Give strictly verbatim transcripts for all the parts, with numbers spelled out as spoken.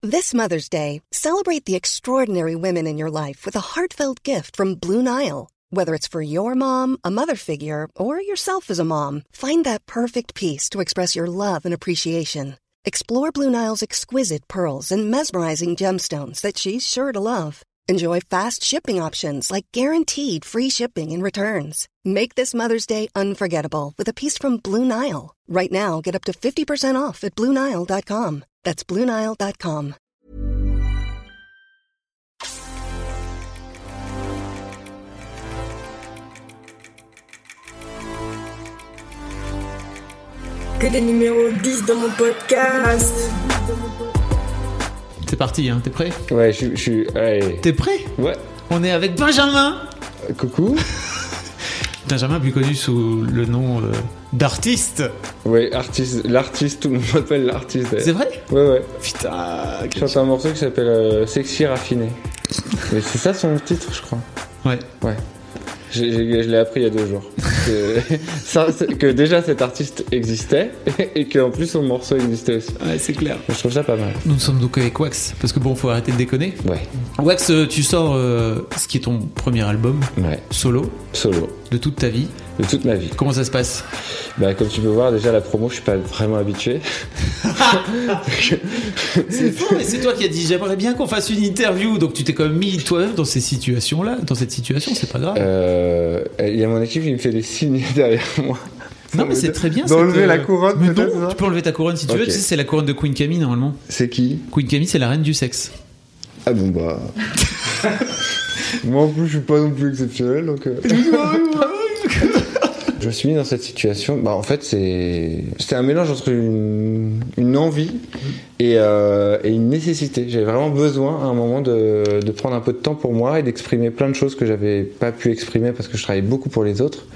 This Mother's Day, celebrate the extraordinary women in your life with a heartfelt gift from Blue Nile. Whether it's for your mom, a mother figure, or yourself as a mom, find that perfect piece to express your love and appreciation. Explore Blue Nile's exquisite pearls and mesmerizing gemstones that she's sure to love. Enjoy fast shipping options like guaranteed free shipping and returns. Make this Mother's Day unforgettable with a piece from Blue Nile. Right now, get up to fifty percent off at blue nile dot com. That's blue nile dot com. Télé numéro dix dans mon podcast. C'est parti, hein, t'es prêt? Ouais, je suis. Ouais. T'es prêt? Ouais. On est avec Benjamin. Euh, coucou. Benjamin, plus connu sous le nom euh, d'artiste. Ouais, artiste, l'artiste, tout le monde m'appelle l'artiste. C'est vrai? Ouais, ouais. Putain. Je chante un morceau qui s'appelle euh, Sexy Raffiné. Mais c'est ça son titre, je crois. Ouais. Ouais. J'ai, j'ai, je l'ai appris il y a deux jours. Que, ça, que déjà cet artiste existait et qu'en plus son morceau existait aussi. Ouais, c'est clair. Je trouve ça pas mal. Nous sommes donc avec Wax, parce que bon, faut arrêter de déconner. Ouais. Wax, tu sors euh, ce qui est ton premier album, ouais. solo, solo, de toute ta vie. De toute ma vie. Comment ça se passe? Bah, comme tu peux voir, déjà la promo, je suis pas vraiment habitué. C'est faux, mais c'est toi qui as dit j'aimerais bien qu'on fasse une interview. Donc tu t'es quand même mis toi-même dans ces situations-là, dans cette situation, c'est pas grave. Il euh, y a mon équipe qui me fait des signes derrière moi. Non, mais c'est très bien. D'enlever cette... la couronne, mais peut-être. Non, tu peux enlever ta couronne si tu okay. veux. Tu sais, c'est la couronne de Queen Camille normalement. C'est qui? Queen Camille, c'est la reine du sexe. Ah bon bah. Moi en plus, je suis pas non plus exceptionnel, donc. Euh... Je me suis mis dans cette situation. Bah, en fait, c'est... c'était un mélange entre une, une envie et, euh, et une nécessité. J'avais vraiment besoin à un moment de, de prendre un peu de temps pour moi et d'exprimer plein de choses que j'avais pas pu exprimer parce que je travaillais beaucoup pour les autres.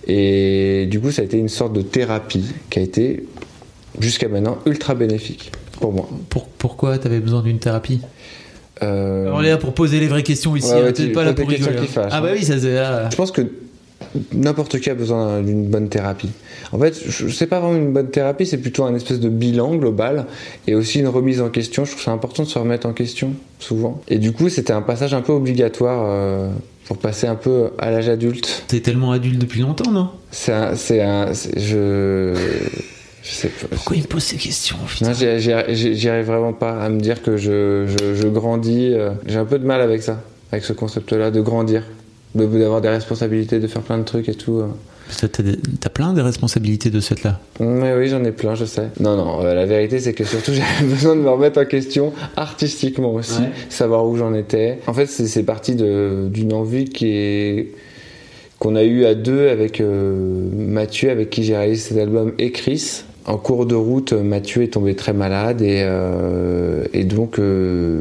Et du coup, ça a été une sorte de thérapie qui a été, jusqu'à maintenant, ultra bénéfique pour moi. Pour, pourquoi t'avais besoin d'une thérapie? euh... Alors, on est là pour poser les vraies questions ici. Ouais, ouais, hein, t'es pas là pour rigoler. Fâchent, ah bah oui, ça c'est là. Je pense que n'importe qui a besoin d'une bonne thérapie. En fait, je sais pas vraiment une bonne thérapie, c'est plutôt un espèce de bilan global et aussi une remise en question. Je trouve ça important de se remettre en question, souvent. Et du coup, c'était un passage un peu obligatoire euh, pour passer un peu à l'âge adulte. T'es tellement adulte depuis longtemps, non? C'est un... C'est un c'est, je... Je sais pas. Pourquoi il me pose ces questions? Non, j'y, j'y, j'y arrive vraiment pas à me dire que je, je, je grandis. J'ai un peu de mal avec ça, avec ce concept-là, de grandir. D'avoir des responsabilités, de faire plein de trucs et tout. T'as, t'as, t'as plein de responsabilités de cette là. Mais oui, j'en ai plein, je sais. Non, non, euh, la vérité, c'est que surtout, j'avais besoin de me remettre en question artistiquement aussi, ouais. Savoir où j'en étais. En fait, c'est, c'est parti de, d'une envie qui est, qu'on a eue à deux avec euh, Mathieu, avec qui j'ai réalisé cet album, et Chris. En cours de route, Mathieu est tombé très malade et, euh, et donc... Euh,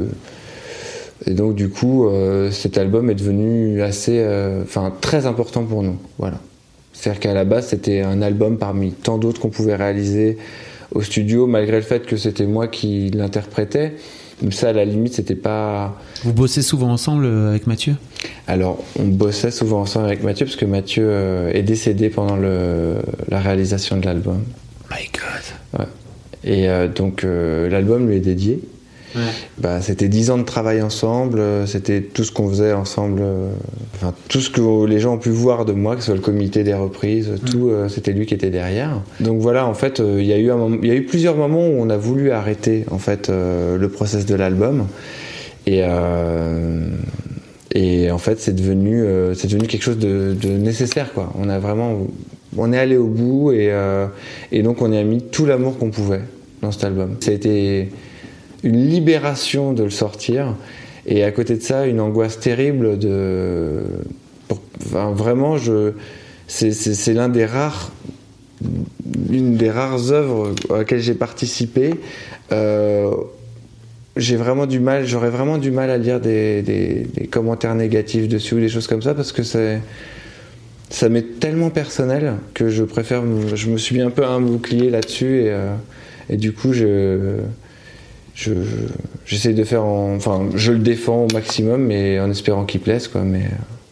Et donc du coup, euh, cet album est devenu assez, enfin euh, très important pour nous. Voilà. C'est-à-dire qu'à la base, c'était un album parmi tant d'autres qu'on pouvait réaliser au studio, malgré le fait que c'était moi qui l'interprétais. Ça, à la limite, c'était pas. Vous bossez souvent ensemble avec Mathieu? Alors, on bossait souvent ensemble avec Mathieu parce que Mathieu euh, est décédé pendant le, la réalisation de l'album. My God. Ouais. Et euh, donc, euh, l'album lui est dédié. Ouais. Bah, c'était dix ans de travail ensemble, c'était tout ce qu'on faisait ensemble, euh, enfin, tout ce que les gens ont pu voir de moi, que ce soit le comité des reprises, mmh. tout, euh, c'était lui qui était derrière. Donc voilà, en fait, il euh, y a eu un moment, il y a eu plusieurs moments où on a voulu arrêter en fait euh, le process de l'album, et euh, et en fait c'est devenu euh, c'est devenu quelque chose de, de nécessaire quoi. On a vraiment, on est allé au bout et euh, et donc on y a mis tout l'amour qu'on pouvait dans cet album. Ça a été une libération de le sortir et à côté de ça une angoisse terrible de pour, enfin, vraiment je c'est, c'est, c'est l'un des rares une des rares œuvres à laquelle j'ai participé. euh, j'ai vraiment du mal j'aurais vraiment du mal à lire des, des, des commentaires négatifs dessus ou des choses comme ça parce que c'est ça m'est tellement personnel que je préfère je me suis mis un peu un bouclier là-dessus et, euh, et du coup je Je, je, j'essaie de faire en, enfin je le défends au maximum mais en espérant qu'il plaise quoi mais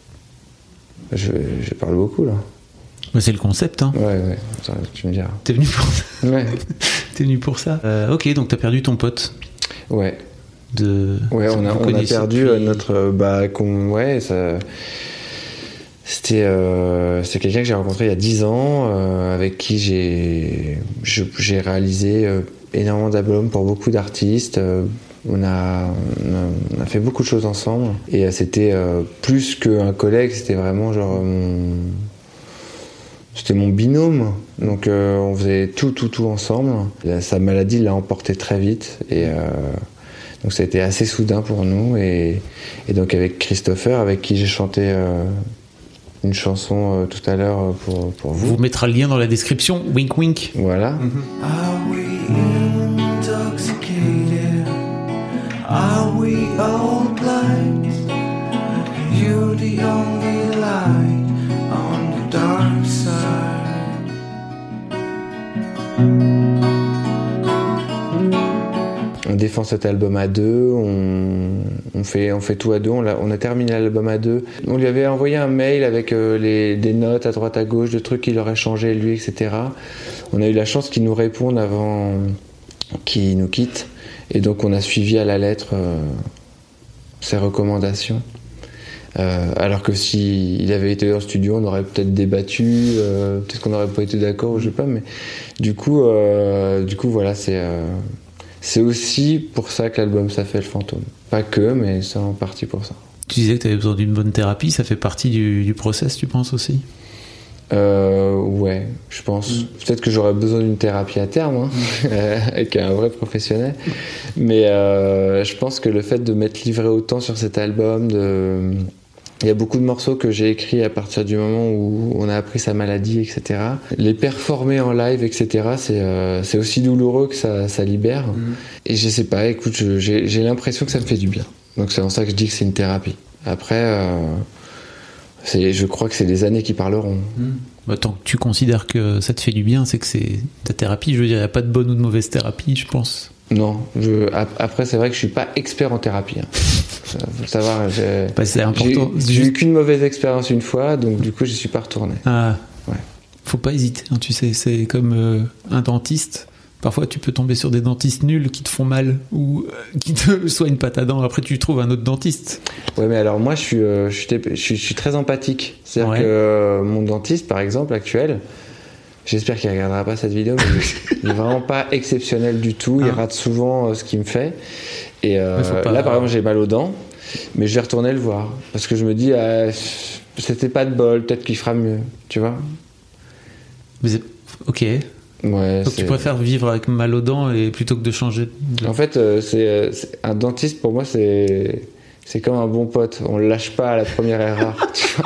je, je parle beaucoup là. Mais c'est le concept hein. Ouais ouais, ça, tu me diras. T'es venu pour ça. Ouais. T'es venu pour ça. Euh, ok donc t'as perdu ton pote. Ouais. de. Ouais, on a, on a perdu depuis... notre. Bah, qu'on, ouais, ça. C'était, euh, c'était quelqu'un que j'ai rencontré il y a dix ans, euh, avec qui j'ai, je, j'ai réalisé euh, énormément d'albums pour beaucoup d'artistes. Euh, on, a, on a fait beaucoup de choses ensemble. Et euh, c'était euh, plus qu'un collègue, c'était vraiment genre mon, c'était mon binôme. Donc euh, on faisait tout, tout, tout ensemble. Là, sa maladie l'a emporté très vite. Et euh, donc ça a été assez soudain pour nous. Et, et donc avec Christopher, avec qui j'ai chanté... Euh, une chanson euh, tout à l'heure euh, pour, pour vous. Vous mettra le lien dans la description. Wink wink. Voilà. Mm-hmm. Are we intoxicated? Are we all blind? You're the only light on the dark side. On défend cet album à deux, on, on, fait, on fait tout à deux, on a, on a terminé l'album à deux. On lui avait envoyé un mail avec euh, les, des notes à droite à gauche, de trucs qu'il aurait changé lui, et cetera. On a eu la chance qu'il nous réponde avant qu'il nous quitte. Et donc on a suivi à la lettre euh, ses recommandations. Euh, alors que s'il avait été en studio, on aurait peut-être débattu, euh, peut-être qu'on n'aurait pas été d'accord, je sais pas. Mais du coup, euh, du coup voilà, c'est... Euh, C'est aussi pour ça que l'album Ça fait le fantôme. Pas que, mais c'est en partie pour ça. Tu disais que tu avais besoin d'une bonne thérapie, ça fait partie du, du process, tu penses aussi ? euh, Ouais, je pense. Mm. Peut-être que j'aurais besoin d'une thérapie à terme, hein, mm. avec un vrai professionnel. Mais euh, je pense que le fait de m'être livré autant sur cet album, de... il y a beaucoup de morceaux que j'ai écrits à partir du moment où on a appris sa maladie, et cetera. Les performer en live, et cetera, c'est, euh, c'est aussi douloureux que ça, ça libère. Mmh. Et je sais pas, écoute, je, j'ai, j'ai l'impression que ça me fait du bien. Donc c'est en ça que je dis que c'est une thérapie. Après, euh, c'est, je crois que c'est les années qui parleront. Mmh. Bah, tant que tu considères que ça te fait du bien, c'est que c'est ta thérapie. Je veux dire, il n'y a pas de bonne ou de mauvaise thérapie, je pense. Non, je, après c'est vrai que je suis pas expert en thérapie. Hein. Faut le savoir. J'ai, bah, c'est important. J'ai, j'ai eu qu'une mauvaise expérience une fois, donc du coup j'y suis pas retourné. Ah, ouais. Faut pas hésiter. Hein, tu sais, c'est comme euh, un dentiste. Parfois tu peux tomber sur des dentistes nuls qui te font mal ou euh, qui te soignent pas ta dent. Après tu trouves un autre dentiste. Ouais, mais alors moi je suis, euh, je suis, je suis, je suis très empathique. C'est-à-dire ouais. que euh, mon dentiste, par exemple, actuel. J'espère qu'il ne regardera pas cette vidéo, mais il n'est vraiment pas exceptionnel du tout. Il ah. rate souvent euh, ce qu'il me fait. Et euh, pas, là, par exemple, j'ai mal aux dents, mais je vais retourner le voir. Parce que je me dis, ah, c'était pas de bol, peut-être qu'il fera mieux. Tu vois ? Mais c'est... Ok. Ouais, donc c'est... tu préfères vivre avec mal aux dents et plutôt que de changer de... En fait, euh, c'est, c'est... un dentiste, pour moi, c'est... c'est comme un bon pote. On ne le lâche pas à la première erreur. Tu vois ?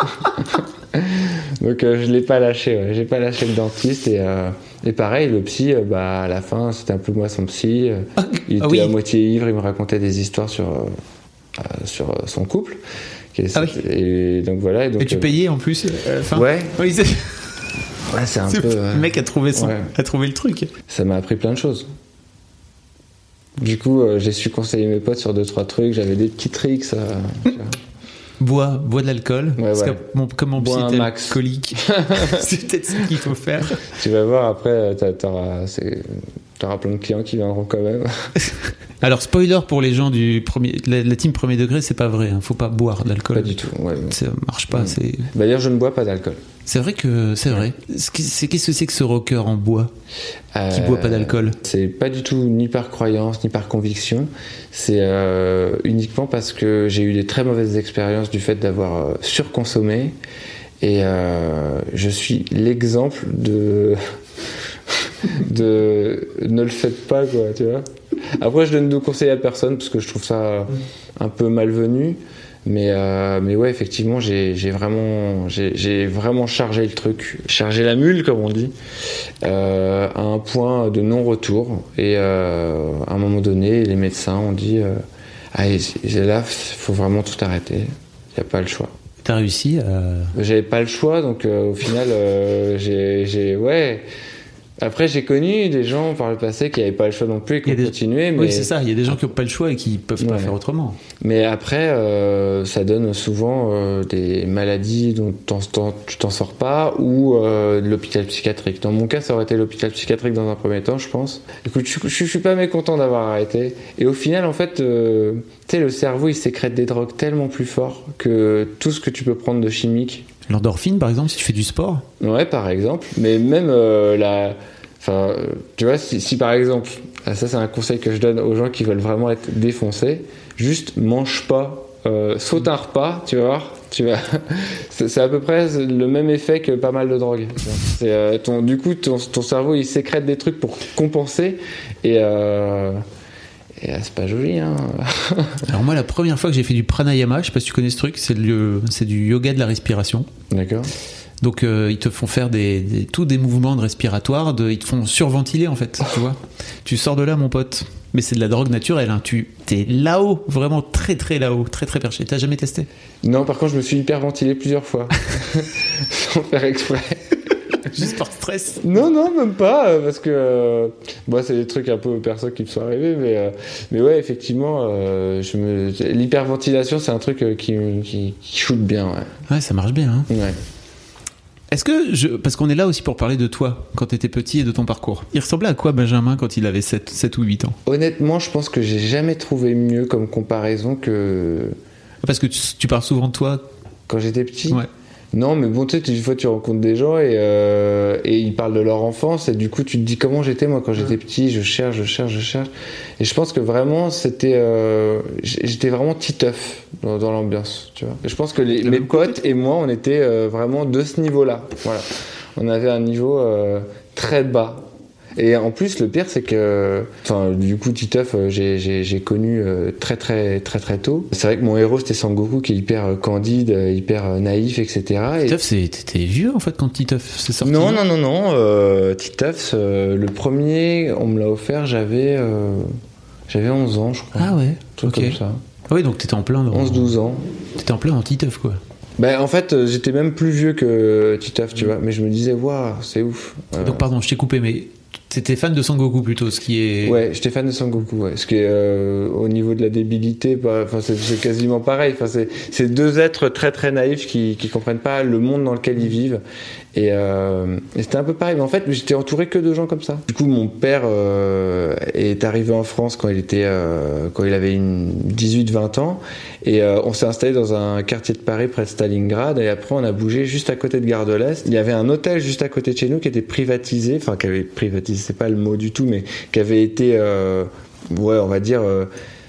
Donc euh, je l'ai pas lâché, ouais. J'ai pas lâché le dentiste et, euh, et pareil le psy, euh, bah à la fin c'était un peu moi son psy, euh, ah, il était ah oui. à moitié ivre, il me racontait des histoires sur euh, sur son couple. Est, ah oui. Et donc voilà. Et, donc, et tu euh, payais en plus euh, fin Ouais. Oui, c'est... ouais, c'est un c'est peu. Le mec a trouvé son, ouais. a trouvé le truc. Ça m'a appris plein de choses. Du coup, euh, j'ai su conseiller mes potes sur deux trois trucs. J'avais des petits tricks. Ça, Bois, bois de l'alcool. Ouais, parce ouais. que mon, comme mon psy est alcoolique, c'est peut-être ce qu'il faut faire. Tu vas voir après, t'auras, c'est, t'auras plein de clients qui viendront quand même. Alors spoiler pour les gens du premier, la, la team premier degré, c'est pas vrai. Hein, faut pas boire d'alcool. Pas du tout. Ouais, ouais. Ça marche pas. Mmh. C'est... D'ailleurs, je ne bois pas d'alcool. C'est vrai que c'est vrai. C'est, qu'est-ce que c'est que ce rocker en bois euh, qui boit pas d'alcool ? C'est pas du tout ni par croyance ni par conviction. C'est euh, uniquement parce que j'ai eu des très mauvaises expériences du fait d'avoir euh, surconsommé et euh, je suis l'exemple de de ne le faites pas quoi, tu vois. Après, je donne de conseils à personne parce que je trouve ça un peu malvenu. Mais, euh, mais ouais, effectivement, j'ai, j'ai, vraiment, j'ai, j'ai vraiment chargé le truc, chargé la mule, comme on dit, euh, à un point de non-retour. Et euh, à un moment donné, les médecins ont dit euh, ah, là, il faut vraiment tout arrêter. Il n'y a pas le choix. T'as réussi à... J'avais pas le choix, donc euh, au final, euh, j'ai, j'ai, ouais, Après, j'ai connu des gens par le passé qui n'avaient pas le choix non plus et qui ont des... continué. Mais... Oui, c'est ça. Il y a des gens qui n'ont pas le choix et qui ne peuvent pas ouais. faire autrement. Mais après, euh, ça donne souvent euh, des maladies dont t'en, t'en, tu t'en sors pas ou euh, de l'hôpital psychiatrique. Dans mon cas, ça aurait été l'hôpital psychiatrique dans un premier temps, je pense. Écoute, je, je, je suis pas mécontent d'avoir arrêté. Et au final, en fait, euh, tu sais, le cerveau, il sécrète des drogues tellement plus fort que tout ce que tu peux prendre de chimique. L'endorphine, par exemple, si tu fais du sport. Ouais, par exemple. Mais même euh, la... Enfin, tu vois, si, si par exemple, ça c'est un conseil que je donne aux gens qui veulent vraiment être défoncés, juste mange pas, euh, saute un repas, tu vas voir, tu vas... c'est, c'est à peu près le même effet que pas mal de drogues. C'est, euh, ton, du coup, ton, ton cerveau, il sécrète des trucs pour compenser et... Euh, Et c'est pas joli, hein. Alors moi, la première fois que j'ai fait du pranayama, je sais pas si tu connais ce truc, c'est, le, c'est du yoga de la respiration. D'accord. Donc euh, ils te font faire des, des, tous des mouvements de respiratoire, de, ils te font surventiler en fait, tu vois. Tu sors de là, mon pote. Mais c'est de la drogue naturelle, hein. Tu t'es là-haut, vraiment très très là-haut, très très perché. T'as jamais testé ? Non, par contre, je me suis hyperventilé plusieurs fois, sans faire exprès. Juste par stress ? Non, non, même pas, parce que euh, moi, c'est des trucs un peu perso qui me sont arrivés, mais, euh, mais ouais, effectivement, euh, je me... l'hyperventilation, c'est un truc euh, qui, qui, qui shoot bien, ouais. Ouais, ça marche bien, hein. Ouais. Est-ce que, je... parce qu'on est là aussi pour parler de toi, quand t'étais petit et de ton parcours. Il ressemblait à quoi Benjamin quand il avait sept, sept ou huit ans ? Honnêtement, je pense que j'ai jamais trouvé mieux comme comparaison que... Parce que tu, tu parles souvent de toi. Quand j'étais petit ? Ouais. Non, mais bon, tu sais, une fois tu rencontres des gens et, euh, et ils parlent de leur enfance et du coup tu te dis comment j'étais moi quand j'étais petit, je cherche, je cherche, je cherche. Et je pense que vraiment c'était, euh, j'étais vraiment titeuf dans, dans l'ambiance, tu vois. Et je pense que les, mes potes et moi, on était euh, vraiment de ce niveau-là. Voilà, on avait un niveau euh, très bas. Et en plus, le pire, c'est que, enfin, du coup, Titeuf, j'ai, j'ai, j'ai connu euh, très, très, très, très tôt. C'est vrai que mon héros, c'était Sangoku, qui est hyper euh, candide, hyper euh, naïf, et cetera. Titeuf, c'est, t'étais vieux, en fait, quand Titeuf s'est sorti. Non, non, non, non. Euh, Titeuf, euh, le premier, on me l'a offert, j'avais, euh, j'avais onze ans, je crois. Ah ouais. Tout okay. comme ça. Ah oui, donc t'étais en plein dans... onze douze ans. T'étais en plein dans Titeuf, quoi. Ben, en fait, j'étais même plus vieux que Titeuf, tu mmh. vois. Mais je me disais, waouh, c'est ouf. Euh... Donc, pardon, je t'ai coupé, mais... T'étais fan de Sangoku plutôt, ce qui est... Ouais, j'étais fan de Sangoku, ouais. Ce qui est, euh, au niveau de la débilité, bah, c'est, c'est quasiment pareil. Enfin, c'est, c'est deux êtres très très naïfs qui, qui comprennent pas le monde dans lequel ils vivent. Et, euh, et c'était un peu pareil. Mais en fait, j'étais entouré que de gens comme ça. Du coup, mon père euh, est arrivé en France quand il était, euh, quand il avait une dix-huit vingt ans. Et euh, on s'est installé dans un quartier de Paris près de Stalingrad. Et après, on a bougé juste à côté de Gare de l'Est. Il y avait un hôtel juste à côté de chez nous qui était privatisé. Enfin, qui avait privatisé, c'est pas le mot du tout, mais qui avait été, euh, ouais, on va dire... Euh,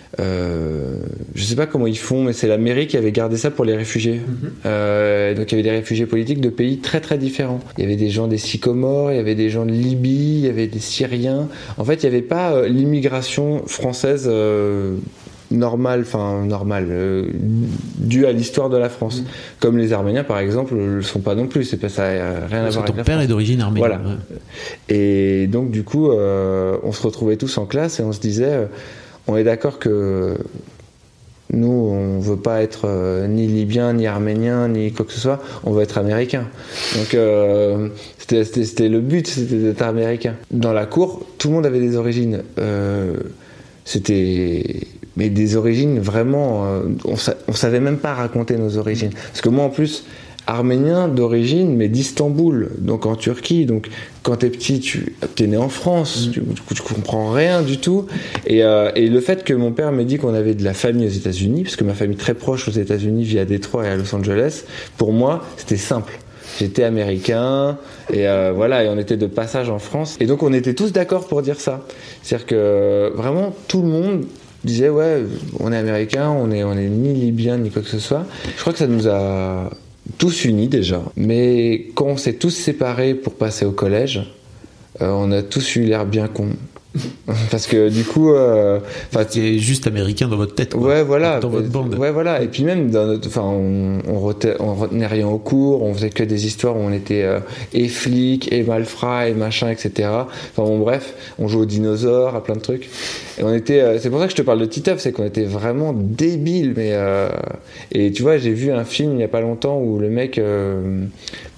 Euh, je sais pas comment ils font, mais c'est la mairie qui avait gardé ça pour les réfugiés. Mmh. Euh, donc il y avait des réfugiés politiques de pays très très différents. Il y avait des gens des Sycomores, il y avait des gens de Libye, il y avait des Syriens. En fait, il n'y avait pas euh, l'immigration française euh, normale, enfin normale, euh, due à l'histoire de la France. Mmh. Comme les Arméniens, par exemple, ne le sont pas non plus. C'est pas, ça n'a rien Parce à voir avec la France. Ton père est d'origine arménienne. Voilà. Ouais. Et donc du coup, euh, on se retrouvait tous en classe et on se disait. Euh, On est d'accord que nous, on ne veut pas être euh, ni libyen, ni arménien, ni quoi que ce soit, on veut être américain. Donc euh, c'était, c'était, c'était le but, c'était d'être américain. Dans la cour, tout le monde avait des origines. Euh, c'était... Mais des origines vraiment... Euh, on ne savait même pas raconter nos origines. Parce que moi, en plus... arménien d'origine, mais d'Istanbul, donc en Turquie. Donc, quand t'es petit, tu es né en France, mmh. tu, tu, tu comprends rien du tout. Et, euh, et le fait que mon père m'ait dit qu'on avait de la famille aux États-Unis, parce que ma famille très proche aux États-Unis vit à Détroit et à Los Angeles, pour moi, c'était simple. J'étais américain, et euh, voilà, et on était de passage en France. Et donc, on était tous d'accord pour dire ça. C'est-à-dire que vraiment, tout le monde disait, ouais, on est américain, on est, on est ni libyen, ni quoi que ce soit. Je crois que ça nous a tous unis déjà, mais quand on s'est tous séparés pour passer au collège, euh, on a tous eu l'air bien cons. Parce que du coup, euh, c'est juste américain dans votre tête, quoi. Ouais, voilà, dans votre bande. Ouais, voilà. Et puis même, dans notre, enfin, on, on, retenait, on retenait rien au cours, on faisait que des histoires où on était euh, et flics, et malfrats, et machin, et cetera. Enfin bon, bref, on jouait aux dinosaures, à plein de trucs. Et on était, euh, c'est pour ça que je te parle de Titeuf, c'est qu'on était vraiment débiles. Mais euh, et tu vois, j'ai vu un film il y a pas longtemps où le mec euh,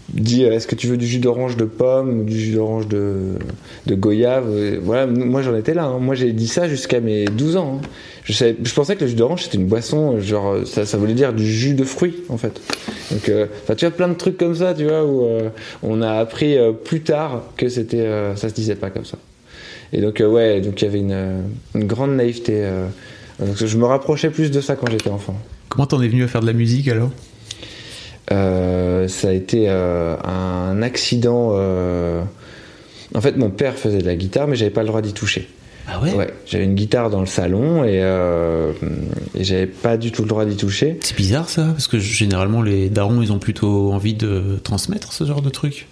dit est-ce que tu veux du jus d'orange de pomme ou du jus d'orange de, de goyave, et voilà, moi j'en étais là, hein. Moi j'ai dit ça jusqu'à mes douze ans, hein. je, savais, je pensais que le jus d'orange c'était une boisson, genre ça, ça voulait dire du jus de fruits en fait. Donc euh, tu vois plein de trucs comme ça, tu vois, où euh, on a appris euh, plus tard que c'était, euh, ça se disait pas comme ça. Et donc euh, ouais, donc il y avait une, une grande naïveté, euh, donc je me rapprochais plus de ça quand j'étais enfant. Comment t'en es venu à faire de la musique alors ? Euh, ça a été euh, un accident. Euh... En fait, mon père faisait de la guitare, mais j'avais pas le droit d'y toucher. Ah ouais ? Ouais, j'avais une guitare dans le salon et, euh, et j'avais pas du tout le droit d'y toucher. C'est bizarre ça, parce que généralement les darons ils ont plutôt envie de transmettre ce genre de truc.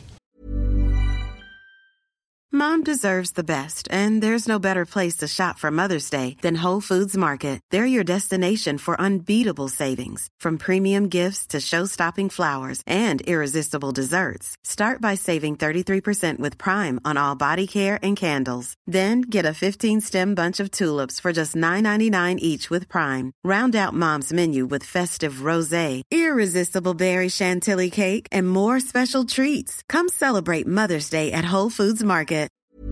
Mom deserves the best, and there's no better place to shop for Mother's Day than Whole Foods Market. They're your destination for unbeatable savings, from premium gifts to show-stopping flowers and irresistible desserts. Start by saving thirty-three percent with Prime on all body care and candles. Then get a fifteen-stem bunch of tulips for just nine ninety-nine each with Prime. Round out Mom's menu with festive rosé, irresistible berry chantilly cake, and more special treats. Come celebrate Mother's Day at Whole Foods Market.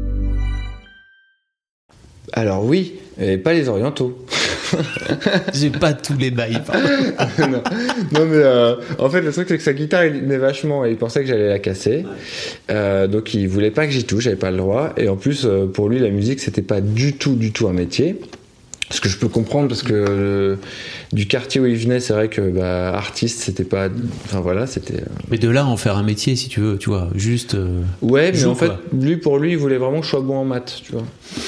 Alors oui, mais pas les orientaux. J'ai pas tous les bails. non. non mais euh, en fait le truc c'est que sa guitare il aimait vachement et il pensait que j'allais la casser, euh, donc il voulait pas que j'y touche, j'avais pas le droit, et en plus euh, pour lui la musique c'était pas du tout du tout un métier. Ce que je peux comprendre parce que euh, du quartier où il venait, c'est vrai que bah, artiste, c'était pas. Enfin voilà, c'était. Euh... Mais de là en faire un métier, si tu veux, tu vois, juste. Euh, ouais, mais joue, en fait, quoi. lui pour lui, il voulait vraiment que je sois bon en maths, tu vois.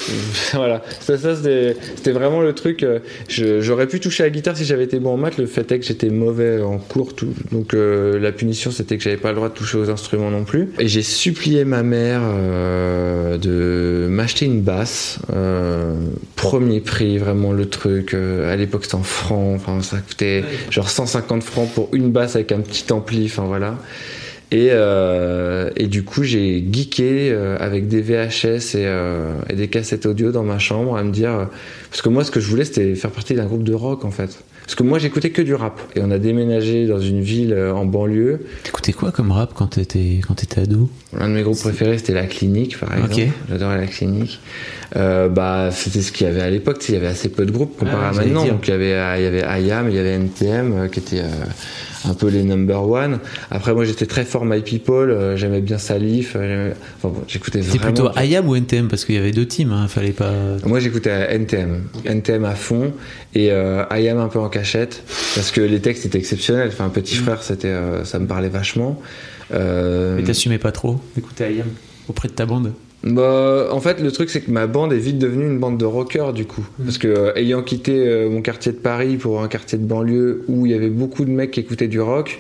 Voilà, ça, ça c'était, c'était vraiment le truc. Euh, je, j'aurais pu toucher à la guitare si j'avais été bon en maths. Le fait est que j'étais mauvais en cours, tout, donc euh, la punition c'était que j'avais pas le droit de toucher aux instruments non plus. Et j'ai supplié ma mère euh, de m'acheter une basse, euh, premier prix, vraiment. Vraiment le truc, euh, à l'époque c'était en francs, enfin ça coûtait genre cent cinquante francs pour une basse avec un petit ampli, enfin voilà. Et, euh, et du coup j'ai geeké euh, avec des V H S et, euh, et des cassettes audio dans ma chambre à me dire, euh, parce que moi ce que je voulais c'était faire partie d'un groupe de rock en fait. Parce que moi j'écoutais que du rap. Et on a déménagé dans une ville euh, en banlieue. T'écoutais quoi comme rap quand t'étais, quand t'étais ado ? L'un de mes groupes préférés c'était La Clinique par exemple. Okay. J'adorais La Clinique. Euh, bah, c'était ce qu'il y avait à l'époque. Il y avait assez peu de groupes comparé ah, à maintenant. Donc il y avait, il y avait I A M, il y avait N T M euh, qui étaient euh, un peu les number one. Après moi j'étais très fort My People. Euh, j'aimais bien Salif. Euh, enfin, bon, j'écoutais vraiment. C'était plutôt I A M ou N T M parce qu'il y avait deux teams. Hein, fallait pas. Moi j'écoutais N T M. Okay. N T M à fond et euh, I A M un peu en cachette parce que les textes étaient exceptionnels. Enfin Petit mmh. Frère c'était, euh, ça me parlait vachement. Euh... Mais t'assumais pas trop d'écouter I A M auprès de ta bande ? Bah, en fait, le truc, c'est que ma bande est vite devenue une bande de rockers, du coup. Parce que, euh, ayant quitté euh, mon quartier de Paris pour un quartier de banlieue où il y avait beaucoup de mecs qui écoutaient du rock,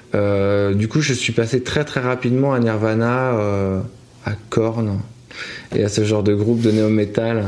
euh, du coup, je suis passé très très rapidement à Nirvana, euh, à Korn et à ce genre de groupe de néo-metal.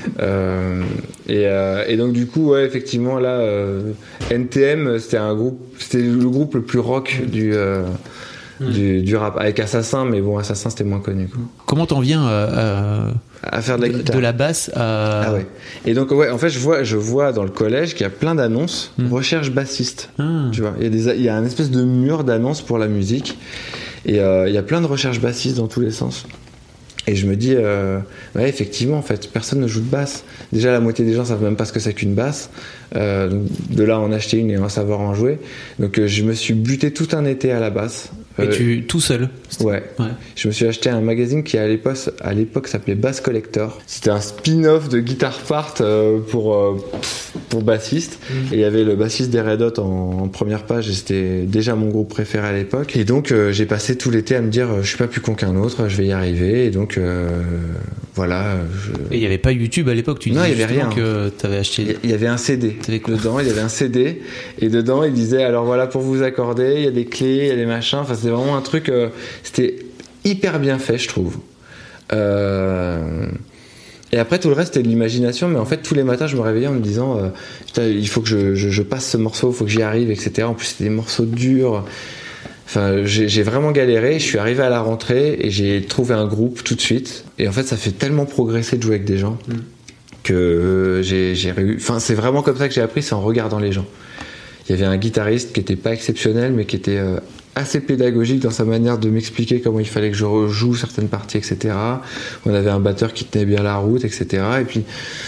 euh, et, euh, et donc, du coup, ouais, effectivement, là, euh, N T M, c'était un groupe, c'était le groupe le plus rock du. Euh, Mmh. Du, du rap avec Assassin, mais bon, Assassin c'était moins connu quoi. Comment t'en viens à, à, à faire de la guitare, de la basse à... Ah ouais. Et donc ouais, en fait je vois, je vois dans le collège qu'il y a plein d'annonces, mmh. recherche bassiste. Ah. Tu vois, il y a des, il y a un espèce de mur d'annonces pour la musique et euh, il y a plein de recherches bassistes dans tous les sens. Et je me dis, euh, ouais, effectivement, en fait, personne ne joue de basse. Déjà, la moitié des gens savent même pas ce que c'est qu'une basse. Euh, donc de là, en acheter une et en savoir en jouer. Donc, euh, je me suis buté tout un été à la basse. Et euh, tu tout seul? Ouais. ouais. Je me suis acheté un magazine qui à l'époque, à l'époque s'appelait Bass Collector. C'était un spin-off de Guitar Part euh, pour euh, pour bassiste. Mmh. Et il y avait le bassiste des Red Hot en, en première page. Et c'était déjà mon groupe préféré à l'époque. Et donc, euh, j'ai passé tout l'été à me dire, je suis pas plus con qu'un autre, je vais y arriver. Et donc, euh, voilà. Je... Et il y avait pas YouTube à l'époque. Tu non, disais il y avait rien. Que t'avais acheté. Il y avait un C D. Dedans, il y avait un C D. Et dedans, il disait, alors voilà, pour vous accorder, il y a des clés, il y a des machins. Enfin, c'était vraiment un truc. Euh, c'était hyper bien fait, je trouve. Euh... Et après, tout le reste, c'était de l'imagination. Mais en fait, tous les matins, je me réveillais en me disant, euh, putain, il faut que je, je, je passe ce morceau, il faut que j'y arrive, et cetera. En plus, c'était des morceaux durs. Enfin, j'ai, j'ai vraiment galéré. Je suis arrivé à la rentrée et j'ai trouvé un groupe tout de suite. Et en fait, ça fait tellement progresser de jouer avec des gens mm. que euh, j'ai, j'ai réussi. Enfin, c'est vraiment comme ça que j'ai appris, c'est en regardant les gens. Il y avait un guitariste qui était pas exceptionnel, mais qui était euh, assez pédagogique dans sa manière de m'expliquer comment il fallait que je rejoue certaines parties, et cetera. On avait un batteur qui tenait bien la route, et cetera. Et puis,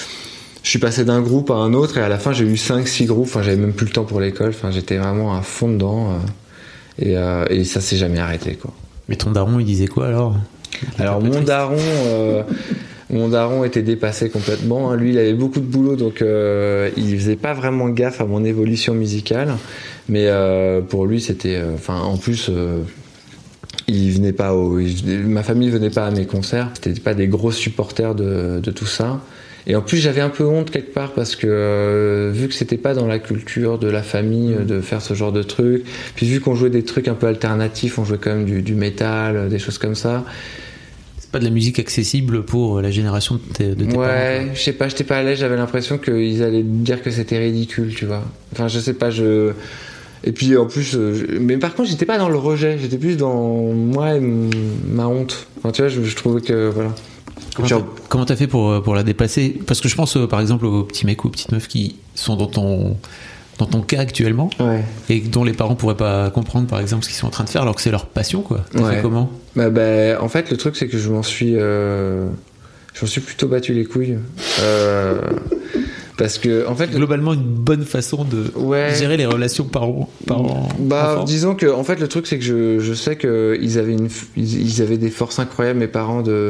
je suis passé d'un groupe à un autre et à la fin, j'ai eu cinq six groupes. Enfin, j'avais même plus le temps pour l'école. Enfin, j'étais vraiment à fond dedans. Euh, et, euh, et ça s'est jamais arrêté, quoi. Mais ton daron, il disait quoi alors ? Alors, mon daron... Euh, Mon daron était dépassé complètement. Lui, il avait beaucoup de boulot, donc euh, il faisait pas vraiment gaffe à mon évolution musicale. Mais euh, pour lui, c'était. Enfin, euh, en plus, euh, il venait pas au. Il, ma famille venait pas à mes concerts. C'était pas des gros supporters de, de tout ça. Et en plus, j'avais un peu honte quelque part parce que euh, vu que c'était pas dans la culture de la famille euh, de faire ce genre de trucs. Puis vu qu'on jouait des trucs un peu alternatifs, on jouait quand même du, du métal, des choses comme ça. Pas de la musique accessible pour la génération de tes, de tes ouais, parents. Ouais, je sais pas, j'étais pas à l'aise, j'avais l'impression qu'ils allaient dire que c'était ridicule, tu vois. Enfin, je sais pas, je. Et puis en plus, je... mais par contre, j'étais pas dans le rejet, j'étais plus dans moi et m- ma honte. Enfin, tu vois, je, je trouvais que voilà. Comment, Genre... t'as, comment t'as fait pour, pour la dépasser ? Parce que je pense par exemple aux petits mecs ou aux petites meufs qui sont dans ton. dans ton cas actuellement, ouais. Et dont les parents pourraient pas comprendre par exemple ce qu'ils sont en train de faire alors que c'est leur passion, quoi. T'as ouais. fait comment ? bah, bah, en fait, le truc c'est que je m'en suis, euh, je m'en suis plutôt battu les couilles, euh, parce que en fait, globalement une bonne façon de ouais. gérer les relations parents, parents bah, enfants. Disons que en fait le truc c'est que je, je sais que ils avaient une, ils avaient des forces incroyables, mes parents de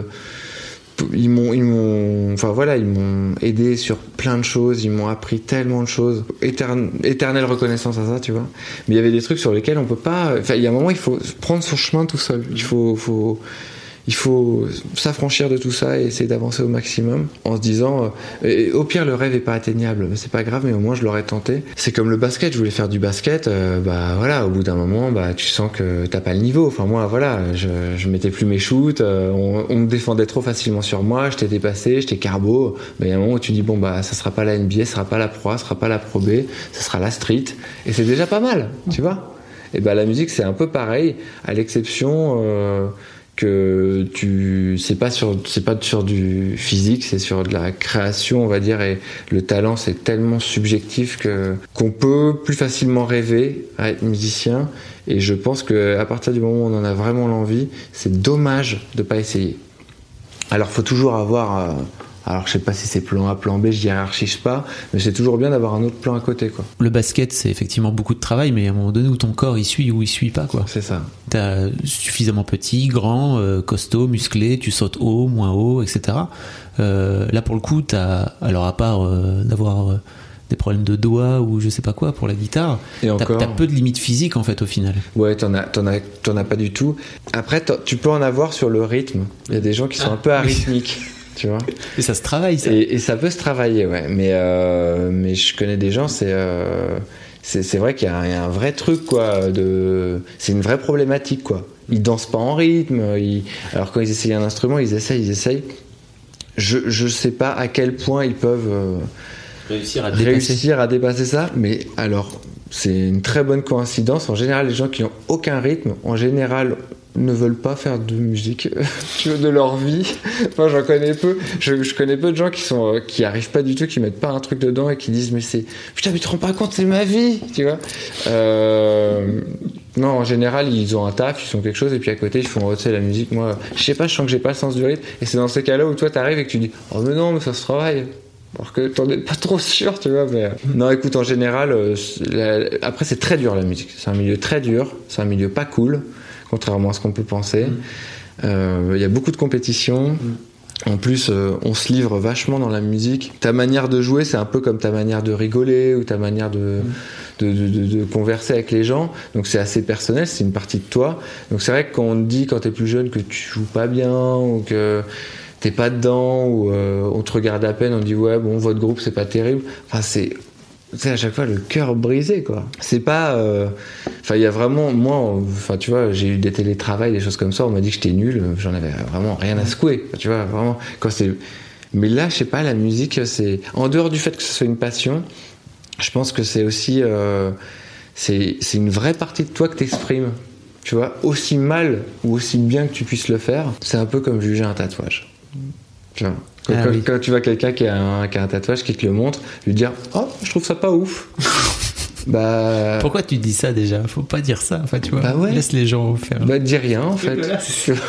Ils m'ont, ils m'ont, enfin voilà, ils m'ont aidé sur plein de choses, ils m'ont appris tellement de choses. Éterne, éternelle reconnaissance à ça, tu vois. Mais il y avait des trucs sur lesquels on peut pas. Enfin, il y a un moment, il faut prendre son chemin tout seul. Il faut, faut, il faut s'affranchir de tout ça et essayer d'avancer au maximum en se disant, euh, au pire, le rêve est pas atteignable, c'est pas grave, mais au moins je l'aurais tenté. C'est comme le basket, je voulais faire du basket, euh, bah voilà, au bout d'un moment, bah tu sens que t'as pas le niveau. Enfin moi, voilà, je, je mettais plus mes shoots, euh, on, on me défendait trop facilement sur moi, j'étais dépassé, j'étais carbo. Mais il y a un moment où tu dis bon bah ça sera pas la N B A, ça sera pas la Pro A, ça sera pas la Pro B, ça sera la Street, et c'est déjà pas mal, tu vois. Et bah la musique c'est un peu pareil, à l'exception. Euh, que tu c'est pas sur c'est pas sur du physique, c'est sur de la création, on va dire, et le talent c'est tellement subjectif que qu'on peut plus facilement rêver à être musicien, et je pense que à partir du moment où on en a vraiment l'envie, c'est dommage de pas essayer. Alors faut toujours avoir euh, alors je sais pas si c'est plan A, plan B, je hiérarchise pas, mais c'est toujours bien d'avoir un autre plan à côté, quoi. Le basket, c'est effectivement beaucoup de travail, mais à un moment donné où ton corps il suit ou il suit pas, quoi. C'est ça. T'as suffisamment petit, grand, euh, costaud, musclé, tu sautes haut, moins haut, et cetera. Euh, là pour le coup, t'as, alors à part euh, d'avoir euh, des problèmes de doigts ou je sais pas quoi pour la guitare, et t'as, encore... t'as peu de limites physiques en fait au final. Ouais, t'en as, t'en as, t'en as pas du tout. Après, tu peux en avoir sur le rythme. Il y a des gens qui sont ah, un peu arythmiques. Oui. Tu vois. Et ça se travaille, ça. Et, et ça peut se travailler, ouais. Mais, euh, mais je connais des gens, c'est, euh, c'est, c'est vrai qu'il y a, un, il y a un vrai truc, quoi. De, c'est une vraie problématique, quoi. Ils dansent pas en rythme. Ils, alors quand ils essayent un instrument, ils essayent, ils essayent. Je, je sais pas à quel point ils peuvent euh, réussir à dépasser. réussir à dépasser ça. Mais alors, c'est une très bonne coïncidence. En général, les gens qui n'ont aucun rythme, en général, ne veulent pas faire de musique de leur vie. Enfin, j'en connais peu. Je, je connais peu de gens qui sont euh, qui arrivent pas du tout, qui mettent pas un truc dedans et qui disent mais c'est putain mais tu te rends pas compte, c'est ma vie, tu vois. Euh, non, en général ils ont un taf, ils font quelque chose et puis à côté ils font oh, tu sais la musique. Moi, je sais pas, je sens que j'ai pas le sens du rythme et c'est dans ces cas-là où toi t'arrives et que tu dis oh mais non mais ça se travaille. Alors que t'en es pas trop sûr, tu vois. Mais... Non, écoute, en général, euh, la... après c'est très dur la musique. C'est un milieu très dur, c'est un milieu pas cool. Contrairement à ce qu'on peut penser. Il mmh. euh, y a beaucoup de compétition. Mmh. En plus, euh, on se livre vachement dans la musique. Ta manière de jouer, c'est un peu comme ta manière de rigoler ou ta manière de, mmh. de, de, de, de converser avec les gens. Donc c'est assez personnel, c'est une partie de toi. Donc c'est vrai que quand on te dit quand t'es plus jeune que tu joues pas bien ou que t'es pas dedans ou euh, on te regarde à peine, on te dit ouais bon votre groupe c'est pas terrible. Enfin c'est c'est à chaque fois le cœur brisé, quoi. C'est pas euh... enfin il y a vraiment moi enfin tu vois j'ai eu des télétravails, des choses comme ça, on m'a dit que j'étais nul, j'en avais vraiment rien à secouer, tu vois, vraiment quand c'est mais là je sais pas, la musique c'est en dehors du fait que ce soit une passion, je pense que c'est aussi euh... c'est c'est une vraie partie de toi que t'exprimes, tu vois, aussi mal ou aussi bien que tu puisses le faire. C'est un peu comme juger un tatouage, tu vois. Quand, ah, quand, oui. quand tu vois quelqu'un qui a, un, qui a un tatouage, qui te le montre, lui dire oh je trouve ça pas ouf. Bah. Pourquoi tu dis ça déjà? Faut pas dire ça. Enfin, tu vois. Bah ouais. Laisse les gens faire. Bah, dis rien en fait. Voilà.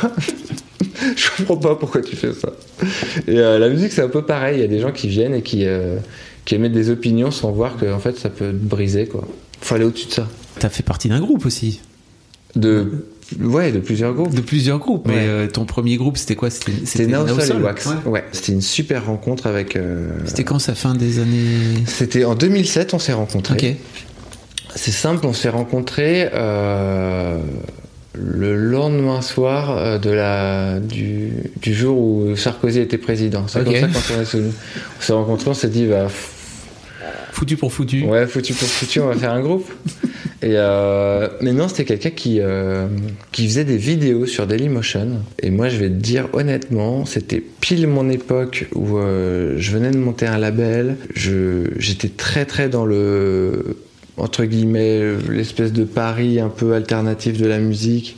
Je comprends pas pourquoi tu fais ça. Et euh, la musique, c'est un peu pareil. Il y a des gens qui viennent et qui, euh, qui émettent des opinions sans voir que en fait, ça peut te briser, quoi. Faut aller au-dessus de ça. T'as fait partie d'un groupe aussi. De. Ouais, de plusieurs groupes. De plusieurs groupes. Ouais. Mais euh, ton premier groupe, c'était quoi? C'était, C'était Now Soul Soul et Wax. Ouais. Ouais. C'était une super rencontre avec. Euh... C'était quand, ça, fin des années? C'était en deux mille sept, on s'est rencontrés. Ok. C'est simple, on s'est rencontrés euh, le lendemain soir euh, de la, du, du jour où Sarkozy était président. C'est Okay. comme ça quand on est souvenu. On s'est rencontrés, on s'est dit, bah, Foutu pour foutu. ouais, foutu pour foutu, on va faire un groupe. Et euh, mais non, c'était quelqu'un qui, euh, qui faisait des vidéos sur Dailymotion. Et moi, je vais te dire honnêtement, c'était pile mon époque où euh, je venais de monter un label. Je, j'étais très très dans le, entre guillemets, l'espèce de pari un peu alternatif de la musique.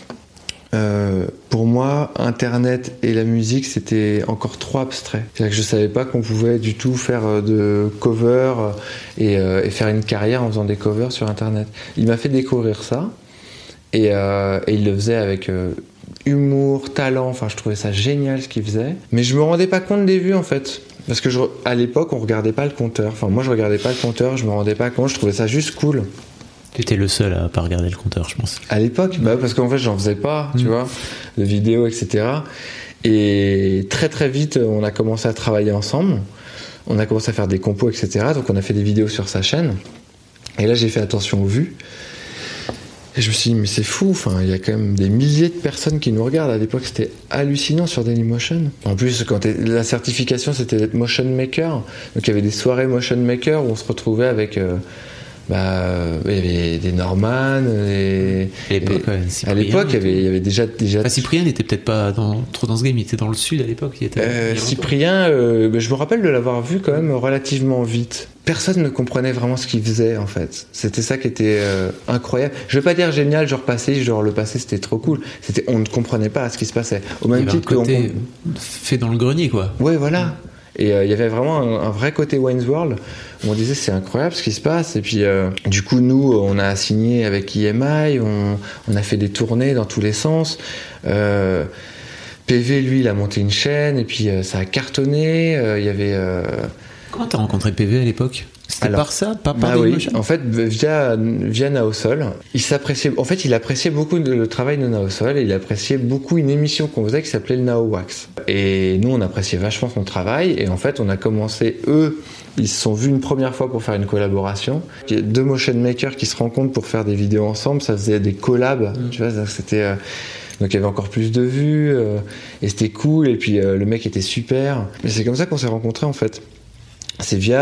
Euh, pour moi, Internet et la musique, c'était encore trop abstrait. C'est-à-dire que je savais pas qu'on pouvait du tout faire de covers et, euh, et faire une carrière en faisant des covers sur Internet. Il m'a fait découvrir ça et, euh, et il le faisait avec euh, humour, talent. Enfin, je trouvais ça génial ce qu'il faisait. Mais je me rendais pas compte des vues en fait. Parce que je, à l'époque, on regardait pas le compteur. Enfin, moi, je regardais pas le compteur, je me rendais pas compte, je trouvais ça juste cool. Tu étais le seul à pas regarder le compteur, je pense. À l'époque, bah parce qu'en fait, j'en faisais pas, tu mmh. vois, de vidéos, et cetera. Et très très vite, on a commencé à travailler ensemble. On a commencé à faire des compos, et cetera. Donc, on a fait des vidéos sur sa chaîne. Et là, j'ai fait attention aux vues. Et je me suis dit, mais c'est fou, enfin, il y a quand même des milliers de personnes qui nous regardent. À l'époque, c'était hallucinant sur Dailymotion. En plus, quand la certification, c'était d'être motion maker. Donc, il y avait des soirées motion maker où on se retrouvait avec... Euh, Bah, il y avait des Norman, des... À l'époque, ouais, à l'époque, il y avait, il y avait déjà, déjà. Enfin, Cyprien n'était peut-être pas dans, trop dans ce game, il était dans le sud à l'époque. Il était, euh, il Cyprien, euh, bah, je me rappelle de l'avoir vu quand même relativement vite. Personne ne comprenait vraiment ce qu'il faisait en fait. C'était ça qui était euh, incroyable. Je veux pas dire génial, genre passé, genre le passé c'était trop cool. C'était, on ne comprenait pas ce qui se passait. Au même il y avait titre un côté que on... fait dans le grenier, quoi. Ouais, voilà. Et euh, il y avait vraiment un, un vrai côté Wayne's World où on disait c'est incroyable ce qui se passe. Et puis euh, du coup nous on a signé avec I M I, on, on a fait des tournées dans tous les sens. Euh, P V lui il a monté une chaîne et puis euh, ça a cartonné. Euh, il y avait. Euh... Comment t'as rencontré P V à l'époque? C'était Alors, par ça, pas par bah oui, Dailymotion? en fait, via, via Now Soul, il s'appréciait, en fait, il appréciait beaucoup le travail de Now Soul et il appréciait beaucoup une émission qu'on faisait qui s'appelait le Now Wax. Et nous, on appréciait vachement son travail et en fait, on a commencé, eux, ils se sont vus une première fois pour faire une collaboration. Il y a deux motion makers qui se rencontrent pour faire des vidéos ensemble, ça faisait des collabs, mmh. tu vois, c'était... Euh, donc il y avait encore plus de vues euh, et c'était cool et puis euh, le mec était super. Mais c'est comme ça qu'on s'est rencontrés en fait. C'est via,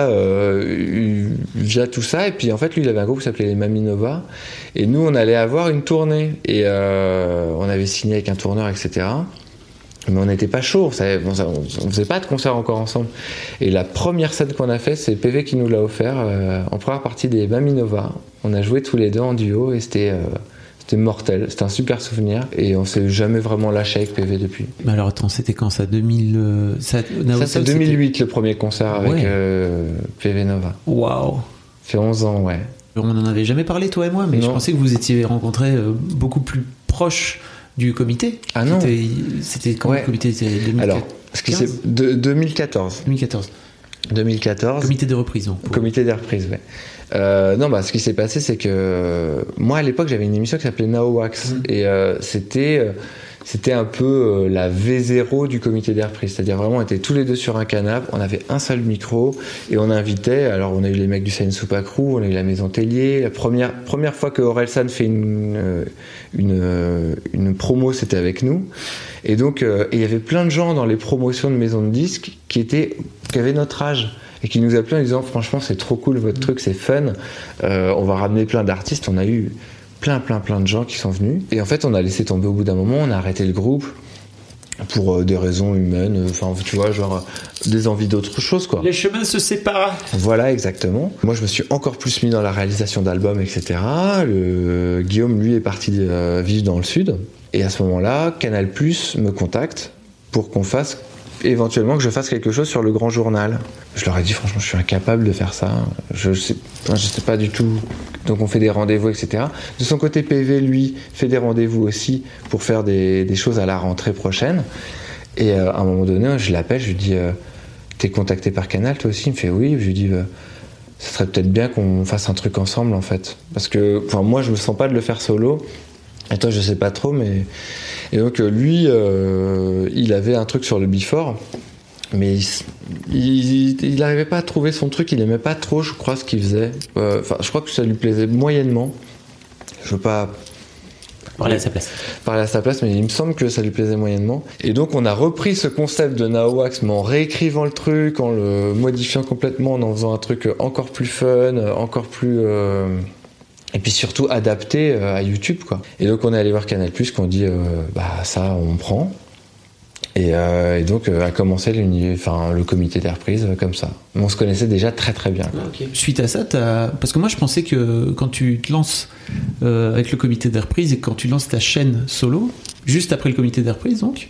euh, via tout ça. Et puis en fait, lui, il avait un groupe qui s'appelait les Mami Nova. Et nous, on allait avoir une tournée. Et euh, on avait signé avec un tourneur, et cetera. Mais on n'était pas chaud. On savait, on, on faisait pas de concert encore ensemble. Et la première scène qu'on a fait, c'est P V qui nous l'a offert euh, en première partie des Mami Nova. On a joué tous les deux en duo et c'était... Euh, C'était mortel, c'était un super souvenir et on s'est jamais vraiment lâché avec P V depuis. Mais alors attends, c'était quand ça deux mille euh, Ça, ça c'est deux mille huit c'était... le premier concert avec ouais. euh, P V Nova. Waouh. Ça fait onze ans, ouais. On n'en avait jamais parlé toi et moi, mais non. Je pensais que vous étiez rencontrés euh, beaucoup plus proches du comité. Ah non. C'était, c'était quand ouais. le comité c'était deux mille quinze Alors, ce qui c'est de, deux mille quatorze. deux mille quatorze. deux mille quatorze. Comité des reprises. Pour... Comité des reprises, ouais. Euh, non, bah, ce qui s'est passé, c'est que euh, moi à l'époque j'avais une émission qui s'appelait Now Wax mmh. et euh, c'était euh, c'était un peu euh, la V zéro du comité des reprises. C'est-à-dire vraiment, on était tous les deux sur un canapé, on avait un seul micro et on invitait. Alors on a eu les mecs du Science Soupa Crew, on a eu la Maison Tellier. La première première fois que Orelsan fait une euh, une euh, une promo, c'était avec nous. Et donc il euh, y avait plein de gens dans les promotions de maisons de disques qui étaient qui avaient notre âge. Et qui nous appelaient en disant franchement c'est trop cool votre truc, c'est fun, euh, on va ramener plein d'artistes. On a eu plein plein plein de gens qui sont venus et en fait on a laissé tomber au bout d'un moment, on a arrêté le groupe pour euh, des raisons humaines, enfin tu vois, genre des envies d'autre chose quoi. Les chemins se séparent. Voilà, exactement. Moi je me suis encore plus mis dans la réalisation d'albums, etc. Le Guillaume lui est parti euh, vivre dans le sud et à ce moment là Canal Plus me contacte pour qu'on fasse éventuellement que je fasse quelque chose sur le grand journal. Je leur ai dit franchement, je suis incapable de faire ça. Je sais, je sais pas du tout. Donc on fait des rendez-vous, et cetera. De son côté, P V, lui, fait des rendez-vous aussi pour faire des, des choses à la rentrée prochaine. Et euh, à un moment donné, je l'appelle, je lui dis euh, t'es contacté par Canal toi aussi? Il me fait oui. Je lui dis euh, ça serait peut-être bien qu'on fasse un truc ensemble en fait. Parce que enfin, moi, je me sens pas de le faire solo. Et toi, je sais pas trop, mais. Et donc, lui, euh, il avait un truc sur le Before, mais il n'arrivait pas à trouver son truc, il aimait pas trop, je crois, ce qu'il faisait. Enfin, euh, je crois que ça lui plaisait moyennement. Je veux pas. Parler à sa place. Parler à sa place, mais il me semble que ça lui plaisait moyennement. Et donc, on a repris ce concept de Naowax, mais en réécrivant le truc, en le modifiant complètement, en en faisant un truc encore plus fun, encore plus. Euh... Et puis surtout adapté à YouTube, quoi. Et donc on est allé voir Canal+, qu'on dit euh, bah ça on prend. Et, euh, et donc euh, a commencé enfin, le comité des reprises euh, comme ça. Mais on se connaissait déjà très très bien. Ah, okay. Suite à ça, t'as... parce que moi je pensais que quand tu te lances euh, avec le comité des reprises et quand tu lances ta chaîne solo, juste après le comité des reprises donc,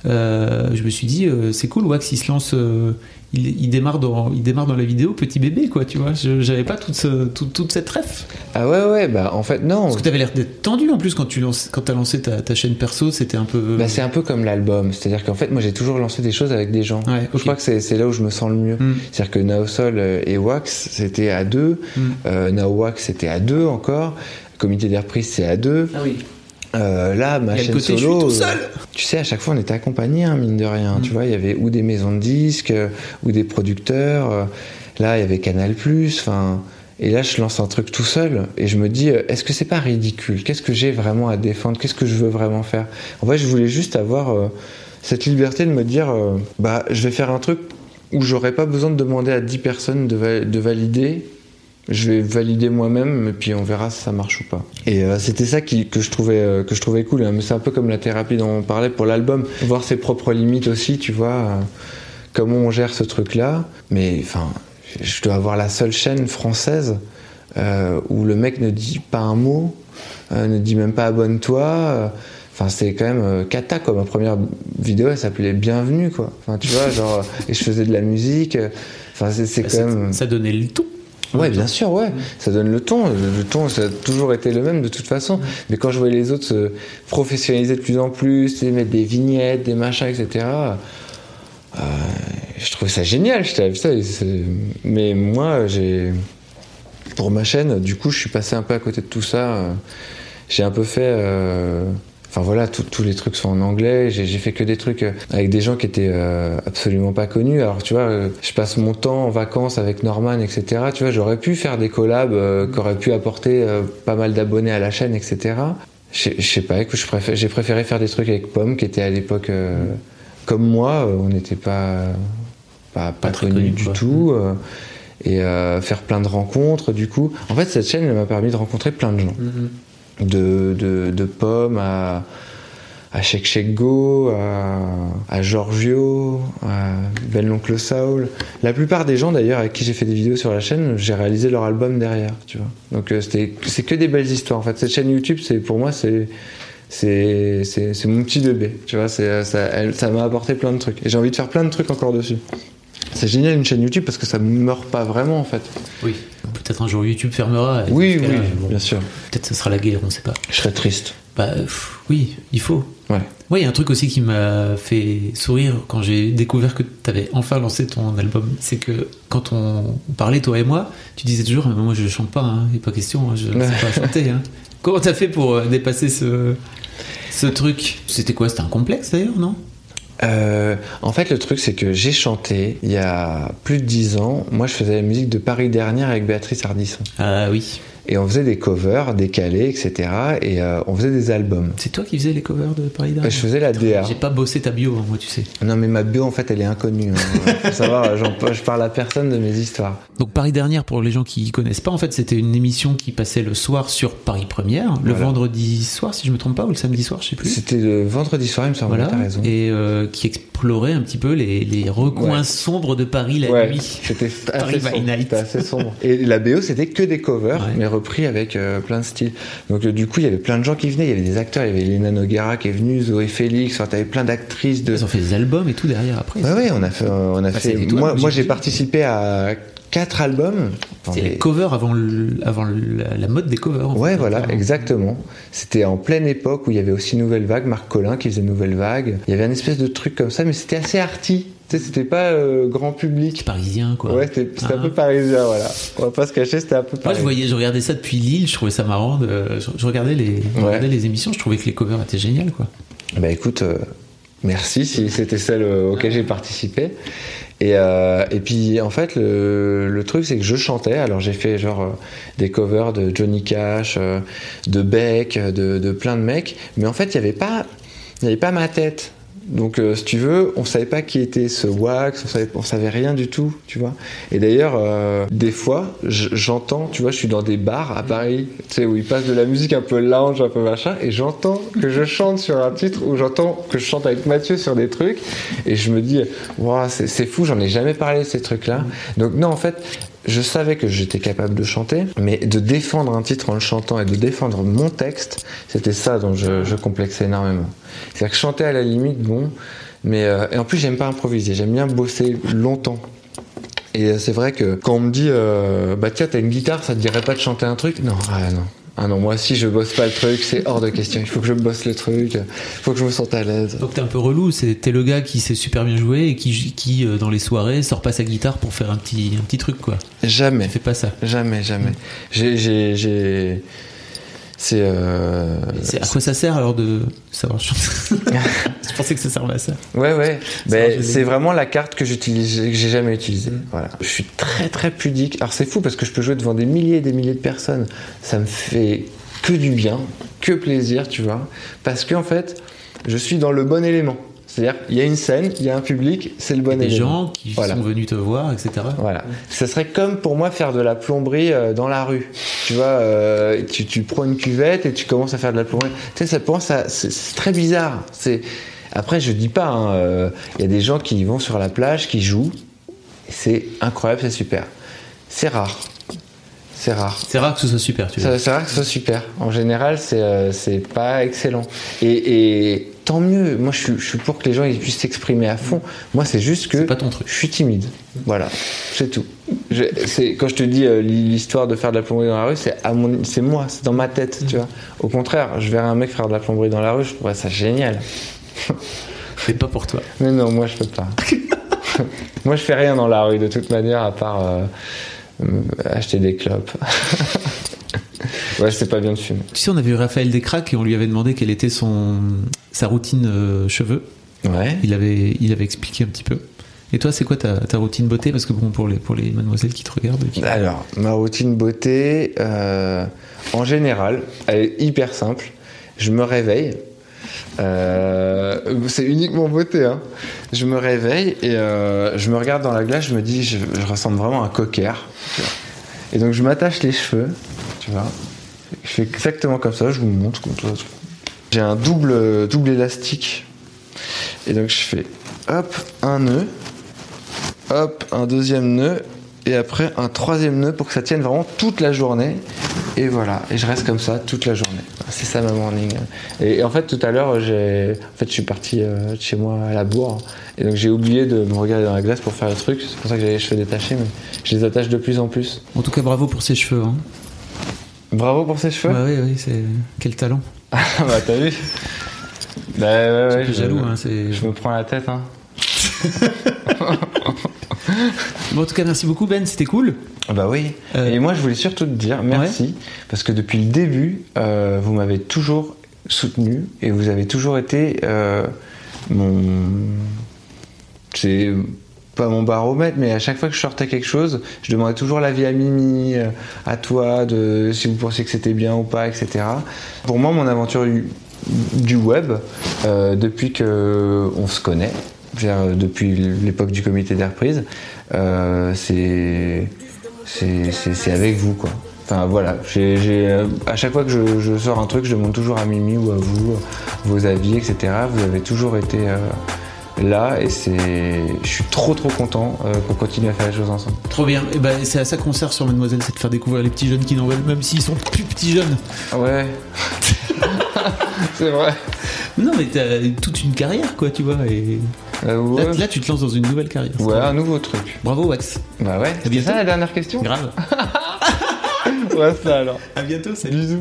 euh, je me suis dit euh, c'est cool, Wax il se lance, euh, il, il, démarre dans, il démarre dans la vidéo petit bébé quoi, tu vois. Je, j'avais pas toute, ce, toute, toute cette ref. Ah ouais ouais bah en fait non. Parce que t'avais l'air d'être tendu en plus quand tu lances, quand t'as lancé ta, ta chaîne perso, c'était un peu. Bah c'est un peu comme l'album, c'est-à-dire qu'en fait moi j'ai toujours lancé des choses avec des gens. Ouais, okay. Je crois que c'est, c'est là où je me sens le mieux. Mm. C'est-à-dire que Naosol et Wax c'était à deux, mm. euh, Naowax c'était à deux encore, comité des reprises c'est à deux. Ah oui. Euh, là, ma chaîne côté, solo, je suis tout seul. Euh, tu sais, à chaque fois, on était accompagnés, hein, mine de rien. Mmh. Tu vois, il y avait ou des maisons de disques, euh, ou des producteurs. Euh, là, il y avait Canal+. Enfin, et là, je lance un truc tout seul, et je me dis, euh, est-ce que c'est pas ridicule? Qu'est-ce que j'ai vraiment à défendre? Qu'est-ce que je veux vraiment faire? En fait, je voulais juste avoir euh, cette liberté de me dire, euh, bah, je vais faire un truc où j'aurais pas besoin de demander à dix personnes de, va- de valider. Je vais valider moi-même et puis on verra si ça marche ou pas. Et euh, c'était ça qui, que, je trouvais, euh, que je trouvais cool. Hein. Mais c'est un peu comme la thérapie dont on parlait pour l'album. Voir ses propres limites aussi, tu vois. Euh, comment on gère ce truc-là. Mais enfin, je dois avoir la seule chaîne française euh, où le mec ne dit pas un mot, euh, ne dit même pas abonne-toi. Enfin, euh, c'est quand même euh, cata, quoi. Ma première vidéo, elle s'appelait Bienvenue, quoi. Enfin, tu vois, genre, et je faisais de la musique. Enfin, c'est, c'est bah, quand même. Ça donnait le ton. Ouais, bien sûr, ouais. Ça donne le ton. Le ton, ça a toujours été le même de toute façon. Mmh. Mais quand je voyais les autres se professionnaliser de plus en plus, mettre des vignettes, des machins, et cetera, euh, je trouvais ça génial. Je ça, c'est... Mais moi, j'ai... pour ma chaîne, du coup, je suis passé un peu à côté de tout ça. J'ai un peu fait... Euh... Enfin voilà, tous les trucs sont en anglais, j'ai, j'ai fait que des trucs avec des gens qui étaient euh, absolument pas connus. Alors tu vois, euh, je passe mon temps en vacances avec Norman, et cetera. Tu vois, j'aurais pu faire des collabs euh, qui auraient pu apporter euh, pas mal d'abonnés à la chaîne, et cetera. Je, je sais pas, écoute, je préfère, j'ai préféré faire des trucs avec Pomme, qui était à l'époque euh, comme moi, euh, on n'était pas pas, pas, pas connus connu, du quoi. tout. Euh, et euh, faire plein de rencontres, du coup. En fait, cette chaîne elle m'a permis de rencontrer plein de gens. Mm-hmm. De, de, de Pomme à, à Cheikh Cheikh Go, à, à Giorgio, à Ben l'Oncle Saul. La plupart des gens d'ailleurs avec qui j'ai fait des vidéos sur la chaîne, j'ai réalisé leur album derrière, tu vois. Donc euh, c'était, c'est que des belles histoires en fait. Cette chaîne YouTube, c'est, pour moi, c'est, c'est, c'est, c'est mon petit bébé, tu vois. C'est, ça, elle, ça m'a apporté plein de trucs. Et j'ai envie de faire plein de trucs encore dessus. C'est génial une chaîne YouTube parce que ça ne meurt pas vraiment en fait. Oui. Peut-être un jour YouTube fermera. Oui, oui, là, bon, bien sûr. Peut-être que ce sera la guerre, on ne sait pas. Je serais triste. Bah pff, oui, il faut. Ouais. Moi, il y a un truc aussi qui m'a fait sourire quand j'ai découvert que tu avais enfin lancé ton album. C'est que quand on parlait, toi et moi, tu disais toujours, mais moi je ne chante pas, il hein, n'est pas question, hein, je ne sais pas chanter. Hein. Comment tu as fait pour dépasser ce, ce truc? C'était quoi? C'était un complexe d'ailleurs, non? Euh, en fait, le truc, c'est que j'ai chanté il y a plus de dix ans. Moi, je faisais la musique de Paris Dernière avec Béatrice Ardisson. Ah oui. Et on faisait des covers, décalés, et cetera. Et euh, on faisait des albums. C'est toi qui faisais les covers de Paris Dernière? Je faisais la D A. J'ai pas bossé ta bio, hein, moi, tu sais. Non, mais ma bio, en fait, elle est inconnue. Hein. Faut savoir, je parle à personne de mes histoires. Donc Paris Dernière, pour les gens qui connaissent pas, en fait, c'était une émission qui passait le soir sur Paris Première, le voilà. vendredi soir, si je me trompe pas, ou le samedi soir, je sais plus. C'était le vendredi soir, il me semble. Voilà. T'as raison. Et euh, qui explorait un petit peu les, les recoins Ouais. sombres de Paris la Ouais, nuit. c'était Paris assez, by sombre, night. c'était assez sombre. Et la B O, c'était que des covers, Ouais. mais repris avec euh, plein de styles. Donc euh, du coup, il y avait plein de gens qui venaient. Il y avait des acteurs, il y avait Lena Noguera qui est venue, Zoé Félix. Enfin, t'avais plein d'actrices de. Ils ont fait des albums et tout derrière après. Ouais, ouais, on a fait. euh, on a Bah, fait. c'est toi, Moi, j'ai moi, j'ai dit. participé à quatre albums. Enfin, C'est des- les covers avant, le, avant le- la, la mode des covers. en Ouais, fait, voilà, clairement. exactement. C'était en pleine époque où il y avait aussi Nouvelle Vague, Marc Collin qui faisait Nouvelle Vague. Il y avait un espèce de truc comme ça, mais c'était assez arty. Tu sais, c'était pas euh, grand public. Parisien, quoi. Ouais, c'était c'était Ah. un peu parisien, voilà. On va pas se cacher, c'était un peu Moi, parisien. je voyais, je regardais ça depuis Lille, je trouvais ça marrant. De, je, je regardais les, je Ouais. regardais les émissions, je trouvais que les covers étaient géniales, quoi. Bah écoute, euh, merci si c'était celle euh, auquel j'ai participé. Et, euh, et puis en fait, le, le truc c'est que je chantais. Alors j'ai fait genre euh, des covers de Johnny Cash, euh, de Beck, de, de plein de mecs. Mais en fait, il n'y avait pas, il y avait pas ma tête. Donc euh, si tu veux, on savait pas qui était ce Wax, on savait, on savait rien du tout, tu vois. Et d'ailleurs, euh, des fois, j- j'entends, tu vois, je suis dans des bars à Paris, tu sais, où ils passent de la musique un peu lounge, un peu machin, et j'entends que je chante sur un titre, ou j'entends que je chante avec Mathieu sur des trucs, et je me dis, waouh, c'est, c'est fou, j'en ai jamais parlé de ces trucs-là. Donc non, en fait, je savais que j'étais capable de chanter, mais de défendre un titre en le chantant et de défendre mon texte, c'était ça dont je, je complexais énormément. C'est-à-dire que chanter à la limite, bon, mais euh, et en plus j'aime pas improviser, j'aime bien bosser longtemps. Et euh, c'est vrai que quand on me dit, euh, bah tiens, t'as une guitare, ça te dirait pas de chanter un truc ? Non, ah non. Ah non, moi si je bosse pas le truc, c'est hors de question. Il faut que je bosse le truc, il faut que je me sente à l'aise. Donc t'es un peu relou, c'est, t'es le gars qui sait super bien jouer et qui, qui euh, dans les soirées, sort pas sa guitare pour faire un petit, un petit truc, quoi. Jamais. Tu fais pas ça. Jamais, jamais. J'ai, j'ai, j'ai... C'est, euh... C'est, à quoi ça sert alors de savoir chanter ? Je pensais que ça servait à ça. Ouais, ouais. Ça, Ben, je l'ai c'est vu. vraiment la carte que j'utilise, que j'ai jamais utilisée. Voilà. Je suis très, très pudique. Alors, c'est fou parce que je peux jouer devant des milliers et des milliers de personnes. Ça me fait que du bien, que plaisir, tu vois. Parce qu'en fait, je suis dans le bon élément. C'est-à-dire, il y a une scène, il y a un public, c'est le bon Des élément. gens qui Voilà. sont venus te voir, et cetera. Voilà. Ça serait comme pour moi faire de la plomberie euh, dans la rue. Tu vois, euh, tu, tu prends une cuvette et tu commences à faire de la plomberie. Tu sais, ça, pour moi, ça, c'est, c'est très bizarre. C'est... Après, je dis pas, il hein, euh, y a des gens qui vont sur la plage, qui jouent. Et c'est incroyable, c'est super. C'est rare. C'est rare. C'est rare que ce soit super, tu vois. Ça, c'est rare que ce soit super. En général, c'est, euh, c'est pas excellent. Et, et tant mieux. Moi, je suis, je suis pour que les gens ils puissent s'exprimer à fond. Moi, c'est juste que C'est pas ton truc. je suis timide. Voilà, c'est tout. Je, c'est, quand je te dis euh, l'histoire de faire de la plomberie dans la rue, c'est, à mon, c'est moi, c'est dans ma tête, tu vois. Au contraire, je verrais un mec faire de la plomberie dans la rue, je trouverais ça génial. C'est pas pour toi. Mais non, moi, je peux pas. Moi, je fais rien dans la rue, de toute manière, à part euh, euh, acheter des clopes. Ouais, c'est pas bien de fumer. Tu sais, on avait eu Raphaël Descraques et on lui avait demandé quelle était son, sa routine euh, cheveux. Ouais. Il avait, il avait expliqué un petit peu. Et toi, c'est quoi ta, ta routine beauté ? Parce que bon, pour les, pour les mademoiselles qui te regardent. Qui... Alors, ma routine beauté, euh, en général, elle est hyper simple. Je me réveille. Euh, c'est uniquement beauté, hein. Je me réveille et euh, je me regarde dans la glace. Je me dis, je, je ressemble vraiment à un cocker. Et donc, je m'attache les cheveux, tu vois. Je fais exactement comme ça. Je vous montre comme ça. J'ai un double, double élastique. Et donc, je fais hop, un nœud. Hop, un deuxième nœud et après un troisième nœud pour que ça tienne vraiment toute la journée. Et voilà, et je reste comme ça toute la journée. C'est ça ma morning. Et, et en fait, tout à l'heure, j'ai, en fait, je suis parti euh, de chez moi à la bourre et donc j'ai oublié de me regarder dans la glace pour faire le truc. C'est pour ça que j'avais les cheveux détachés, mais je les attache de plus en plus. En tout cas, bravo pour ses cheveux. Hein. Bravo pour ces cheveux. Bah oui, oui, c'est quel talent. Ah bah t'as vu. Bah ouais, ouais. Je suis je, jaloux. Hein, c'est... je me prends la tête. Hein. Bon, en tout cas, merci beaucoup Ben, c'était cool. Bah oui. Euh, Et moi, je voulais surtout te dire merci ouais. parce que depuis le début, euh, vous m'avez toujours soutenu et vous avez toujours été euh, mon. C'est pas mon baromètre, mais à chaque fois que je sortais quelque chose, je demandais toujours l'avis à Mimi, euh, à toi, de si vous pensiez que c'était bien ou pas, et cetera. Pour moi, mon aventure du, du web, euh, depuis que on se connaît. Depuis l'époque du comité des reprises, euh, c'est, c'est, c'est, c'est avec vous, quoi. Enfin voilà, j'ai, j'ai, à chaque fois que je, je sors un truc, je demande toujours à Mimi ou à vous vos avis, et cetera. Vous avez toujours été euh, là et c'est, je suis trop trop content euh, qu'on continue à faire les choses ensemble. Trop bien. Et ben c'est à ça qu'on sert sur Mademoiselle, c'est de faire découvrir les petits jeunes qui n'en veulent, même s'ils sont plus petits jeunes. Ouais. C'est vrai. Non mais t'as toute une carrière quoi, tu vois. Et euh, ouais. là, là tu te lances dans une nouvelle carrière. Ouais, un nouveau truc. Bravo Wax. Bah ouais. C'est ça la dernière question. Grave. Ouais ça alors. À bientôt. Salut. Bisous.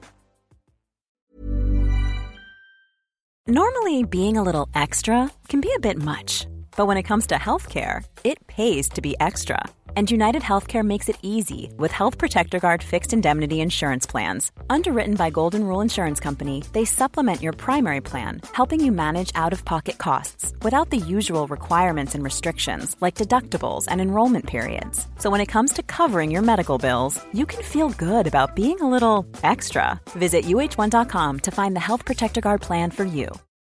Normally, being a little extra can be a bit much, but when it comes to healthcare, it pays to be extra. And United Healthcare makes it easy with Health Protector Guard fixed indemnity insurance plans. Underwritten by Golden Rule Insurance Company, they supplement your primary plan, helping you manage out-of-pocket costs without the usual requirements and restrictions like deductibles and enrollment periods. So when it comes to covering your medical bills, you can feel good about being a little extra. Visit U H one dot com to find the Health Protector Guard plan for you.